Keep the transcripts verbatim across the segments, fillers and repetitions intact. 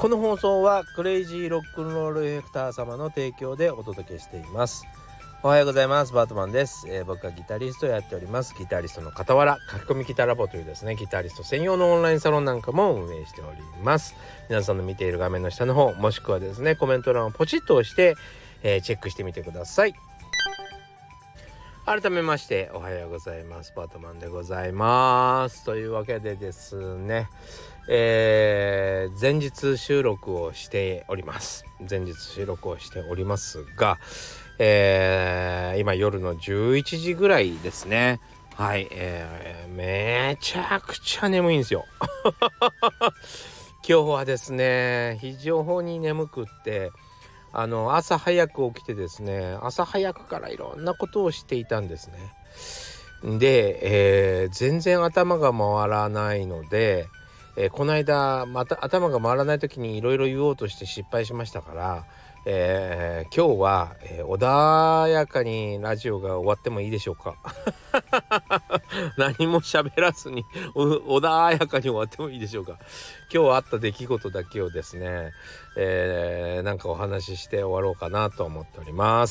この放送はクレイジーロックンロールエフェクター様の提供でお届けしています。おはようございます。バートマンです、えー、僕はギタリストをやっております。ギタリストの傍ら書き込みギタラボというですねギタリスト専用のオンラインサロンなんかも運営しております。皆さんの見ている画面の下の方もしくはですねコメント欄をポチッと押して、えー、チェックしてみてください。改めましておはようございます。バートマンでございますというわけでですね、えー、前日収録をしております前日収録をしておりますが、えー、今夜のじゅういちじぐらいですね。はい、えー、めちゃくちゃ眠いんですよ今日はですね非常に眠くってあの朝早く起きてですね朝早くからいろんなことをしていたんですね。で、えー、全然頭が回らないので、えー、この間また頭が回らない時にいろいろ言おうとして失敗しましたから、えー、今日は、えー、穏やかにラジオが終わってもいいでしょうか何も喋らずに穏やかに終わってもいいでしょうか。今日あった出来事だけをですね、えー、なんかお話しして終わろうかなと思っております、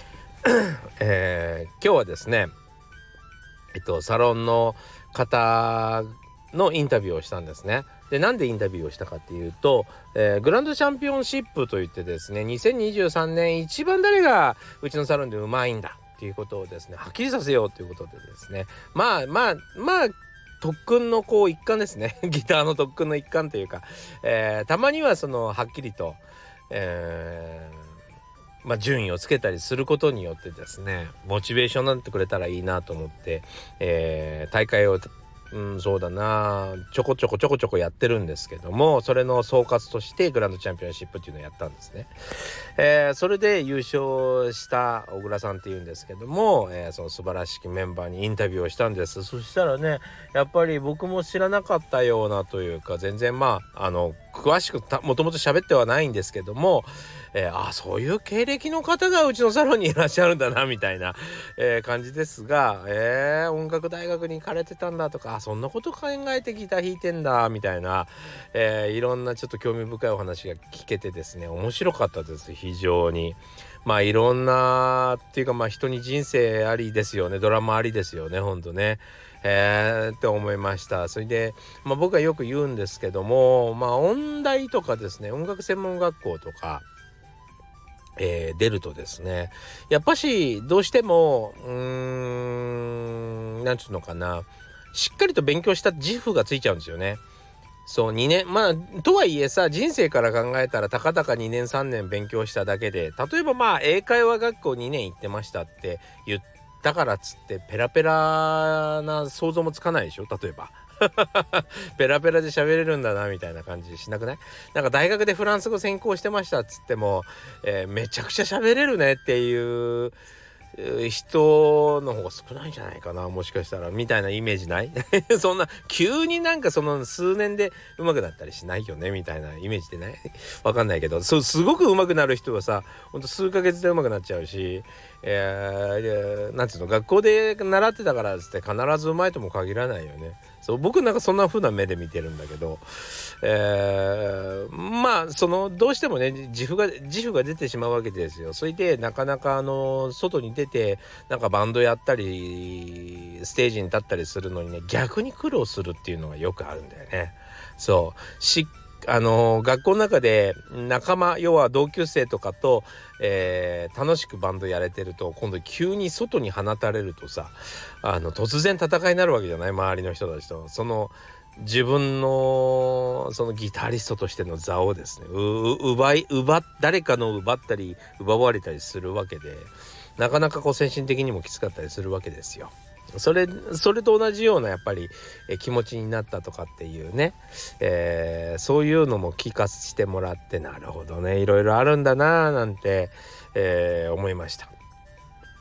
えー、今日はですねえっとサロンの方のインタビューをしたんですね。でなんでインタビューをしたかっていうと、えー、グランドチャンピオンシップといってですねにせんにじゅうさんねん一番誰がうちのサロンでうまいんだっていうことをですねはっきりさせようということでですねまあまあまあ特訓のこう一環ですねギターの特訓の一環というか、えー、たまにはそのはっきりと、えーまあ、順位をつけたりすることによってですねモチベーションになってくれたらいいなと思って、えー、大会をうんそうだなちょこちょこちょこちょこやってるんですけども、それの総括としてグランドチャンピオンシップっていうのをやったんですね。えー、それで優勝した小倉さんっていうんですけども、えー、その素晴らしきメンバーにインタビューをしたんです。そしたらねやっぱり僕も知らなかったようなというか全然まああの詳しくもともと喋ってはないんですけども、えー、あそういう経歴の方がうちのサロンにいらっしゃるんだなみたいな、えー、感じですが、えー、音楽大学に行かれてたんだとかそんなこと考えてギター弾いてんだみたいな、えー、いろんなちょっと興味深いお話が聞けてですね面白かったです非常に。まあいろんなっていうかまあ人に人生ありですよねドラマありですよねほんとね。えー、って思いました。それで、まあ、僕はよく言うんですけどもまあ音大とかですね音楽専門学校とかえー、出るとですねやっぱしどうしてもうーんなんていうのかなしっかりと勉強した自負がついちゃうんですよね。そうにねんまあとはいえさ人生から考えたらたかだかにねんさんねん勉強しただけで例えばまあ英会話学校にねん行ってましたって言ったからっつってペラペラな想像もつかないでしょ例えばペラペラで喋れるんだなみたいな感じしなくない？なんか大学でフランス語専攻してましたっつっても、えー、めちゃくちゃ喋れるねっていう人の方が少ないんじゃないかなもしかしたらみたいなイメージないそんな急になんかその数年で上手くなったりしないよねみたいなイメージでないわかんないけどそうすごく上手くなる人はさほんと数ヶ月で上手くなっちゃうし、えー、なんつうの学校で習ってたからっつって必ず上手いとも限らないよね。そう僕なんかそんな風な目で見てるんだけど、えー、まあそのどうしてもね自負が自負が出てしまうわけですよ。それでなかなかあの外に出てなんかバンドやったりステージに立ったりするのにね逆に苦労するっていうのがよくあるんだよね。そうしあの学校の中で仲間要は同級生とかと、えー、楽しくバンドやれてると今度急に外に放たれるとさあの突然戦いになるわけじゃない周りの人たちとその自分のそのギタリストとしての座をですねう奪い奪誰かの奪ったり奪われたりするわけでなかなかこう精神的にもきつかったりするわけですよ。それそれと同じようなやっぱりえ気持ちになったとかっていうね、えー、そういうのも聞かせてもらってなるほどねいろいろあるんだななんて、えー、思いました。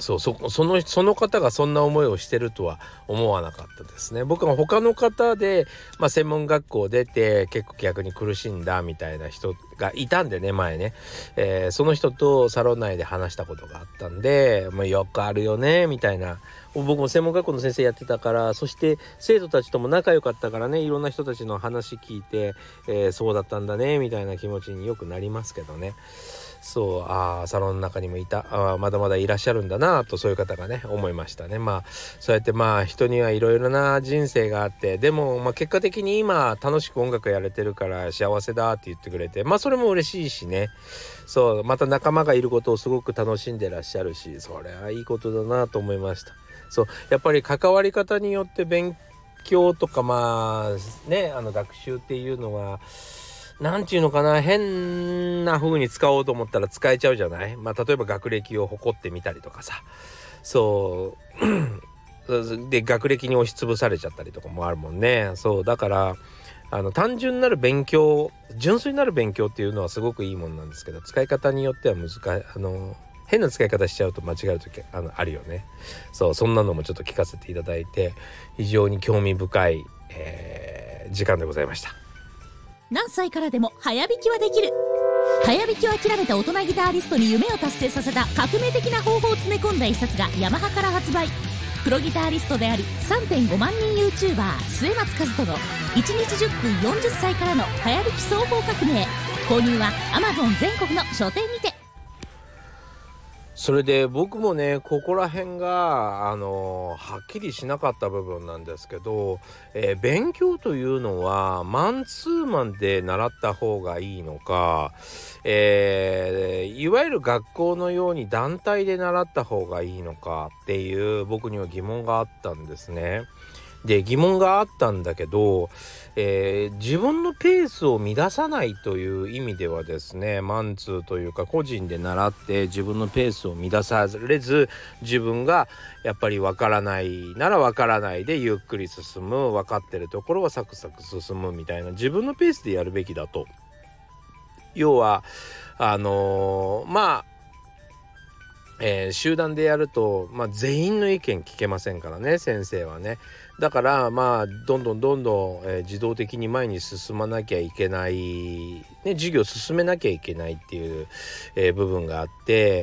そうそそのその方がそんな思いをしてるとは思わなかったですね。僕は他の方で、まあ、専門学校出て結構逆に苦しんだみたいな人がいたんでね、前ね、えー、その人とサロン内で話したことがあったんで、まあ、よくあるよねみたいな。僕も専門学校の先生やってたから、そして生徒たちとも仲良かったからね、いろんな人たちの話聞いて、えー、そうだったんだねみたいな気持ちによくなりますけどね。そう、あサロンの中にもいた、あまだまだいらっしゃるんだなと、そういう方がね思いましたね。まあそうやってまあ人にはいろいろな人生があって、でもまあ結果的に今楽しく音楽やれてるから幸せだって言ってくれて、まあそれも嬉しいしね。そうまた仲間がいることをすごく楽しんでらっしゃるし、それはいいことだなと思いました。そうやっぱり関わり方によって勉強とかまあね、あの学習っていうのはなんていうのかな、変な風に使おうと思ったら使えちゃうじゃない。まあ例えば学歴を誇ってみたりとかさ、そうで学歴に押しつぶされちゃったりとかもあるもんね。そうだからあの単純なる勉強、純粋なる勉強っていうのはすごくいいものなんですけど、使い方によっては難しい、あの変な使い方しちゃうと間違える時あのあるよね。そうそんなのもちょっと聞かせていただいて、非常に興味深い、えー、時間でございました。 何歳からでも早弾きはできる。早弾きを諦めた大人ギタリストに夢を達成させた革命的な方法を詰め込んだ一冊がヤマハから発売。プロギタリストであり さんてんご 万人 YouTuber 末松和人のいちにちじゅっぷんよんじゅっさいからの早弾き総合革命。購入は Amazon 全国の書店にて。 それで僕もねここら辺があのはっきりしなかった部分なんですけど、えー、勉強というのはマンツーマンで習った方がいいのか、えー、いわゆる学校のように団体で習った方がいいのかっていう僕には疑問があったんですね。で疑問があったんだけど、えー、自分のペースを乱さないという意味ではですね、マンツーというか個人で習って自分のペースを乱されず、自分がやっぱりわからないならわからないでゆっくり進む、分かってるところはサクサク進むみたいな自分のペースでやるべきだと。要はあのー、まあえー、集団でやると、まあ、全員の意見聞けませんからね、先生はね。だからまあどんどんどんどん、えー、自動的に前に進まなきゃいけない、ね、授業を進めなきゃいけないっていう、えー、部分があって、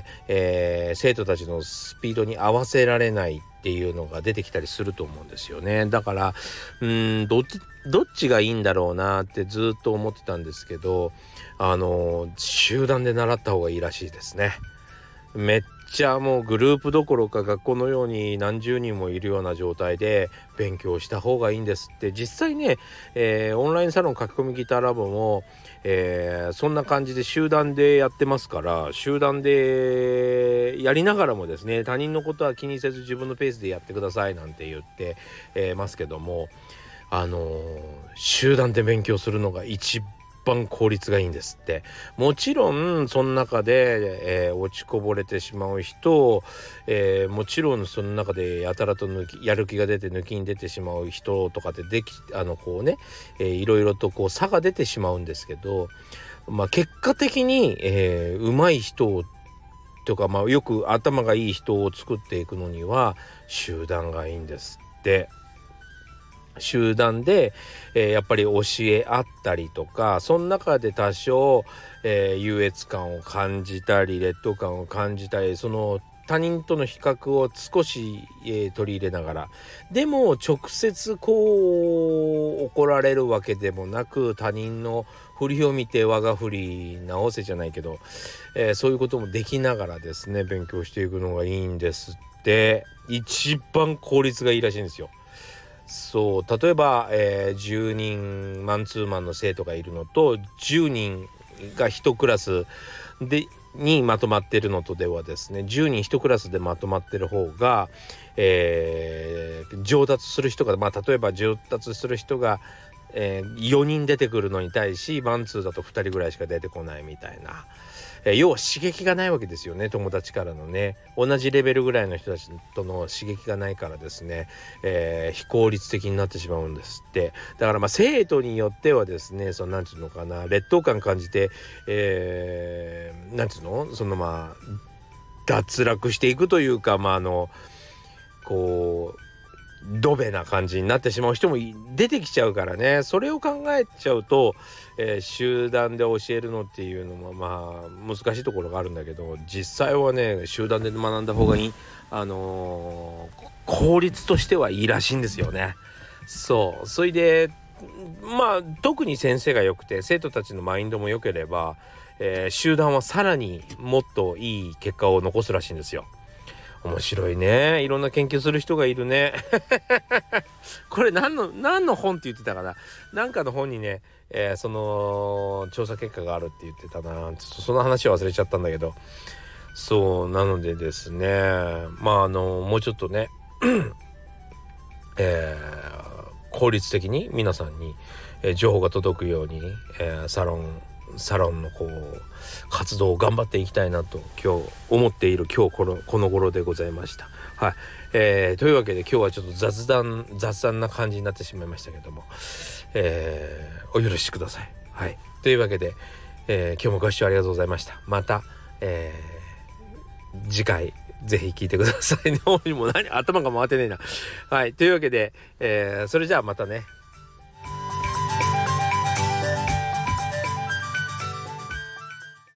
えー、生徒たちのスピードに合わせられないっていうのが出てきたりすると思うんですよね。だからうーんどっちどっちがいいんだろうなってずっと思ってたんですけど、あのー、集団で習った方がいいらしいですね。めっちゃもうグループどころか学校のように何十人もいるような状態で勉強した方がいいんですって。実際ね、えー、オンラインサロン書き込みギターラボも、えー、そんな感じで集団でやってますから、集団でやりながらもですね、他人のことは気にせず自分のペースでやってくださいなんて言って、えー、ますけども、あのー、集団で勉強するのが一番一番効率がいいんですって。もちろんその中で、えー、落ちこぼれてしまう人、えー、もちろんその中でやたらと抜きやる気が出て抜きに出てしまう人とかでできあのこうね、えー、いろいろとこう差が出てしまうんですけど、まあ、結果的に、えー、上手い人とか、まあ、よく頭がいい人を作っていくのには集団がいいんですって。集団で、えー、やっぱり教え合ったりとか、その中で多少、えー、優越感を感じたり劣等感を感じたり、その他人との比較を少し、えー、取り入れながら、でも直接こう怒られるわけでもなく、他人の振りを見て我が振り直せじゃないけど、えー、そういうこともできながらですね勉強していくのがいいんですって。一番効率がいいらしいんですよ。そう例えば、えー、じゅうにんマンツーマンの生徒がいるのとじゅうにんがいちクラスでにまとまってるのとではですね、じゅうにんいちクラスでまとまってる方が、えー、上達する人が、まあ、例えば上達する人が、えー、よにん出てくるのに対しマンツーだとふたりぐらいしか出てこないみたいな、えー、要は刺激がないわけですよね。友達からのね、同じレベルぐらいの人たちとの刺激がないからですね、えー、非効率的になってしまうんですって。だからまあ生徒によってはですね、そのなんていうのかな、劣等感感じて、えー、なんていうのそのまあ脱落していくというか、まああのこうドベな感じになってしまう人も出てきちゃうからね。それを考えちゃうと、えー、集団で教えるのっていうのもまあ難しいところがあるんだけど、実際はね集団で学んだ方がいい、あのー、効率としてはいいらしいんですよね。そうそれでまあ特に先生が良くて生徒たちのマインドも良ければ、えー、集団はさらにもっといい結果を残すらしいんですよ。面白いね。いろんな研究する人がいるねこれ何の何の本って言ってたかな、なんかの本にね、えー、その調査結果があるって言ってたな。ちょっとその話は忘れちゃったんだけど、そうなのでですね、まああのもうちょっとねえー、効率的に皆さんに、えー、情報が届くように、えー、サロンサロンのこう活動を頑張っていきたいなと今日思っている今日このこの頃でございました。はい、えー、というわけで今日はちょっと雑談雑談な感じになってしまいましたけども、えー、お許しください。はい、というわけで、えー、今日もご視聴ありがとうございました。また、えー、次回ぜひ聞いてくださいね。もう何頭が回ってねえな。はい、というわけで、えー、それじゃあまたね。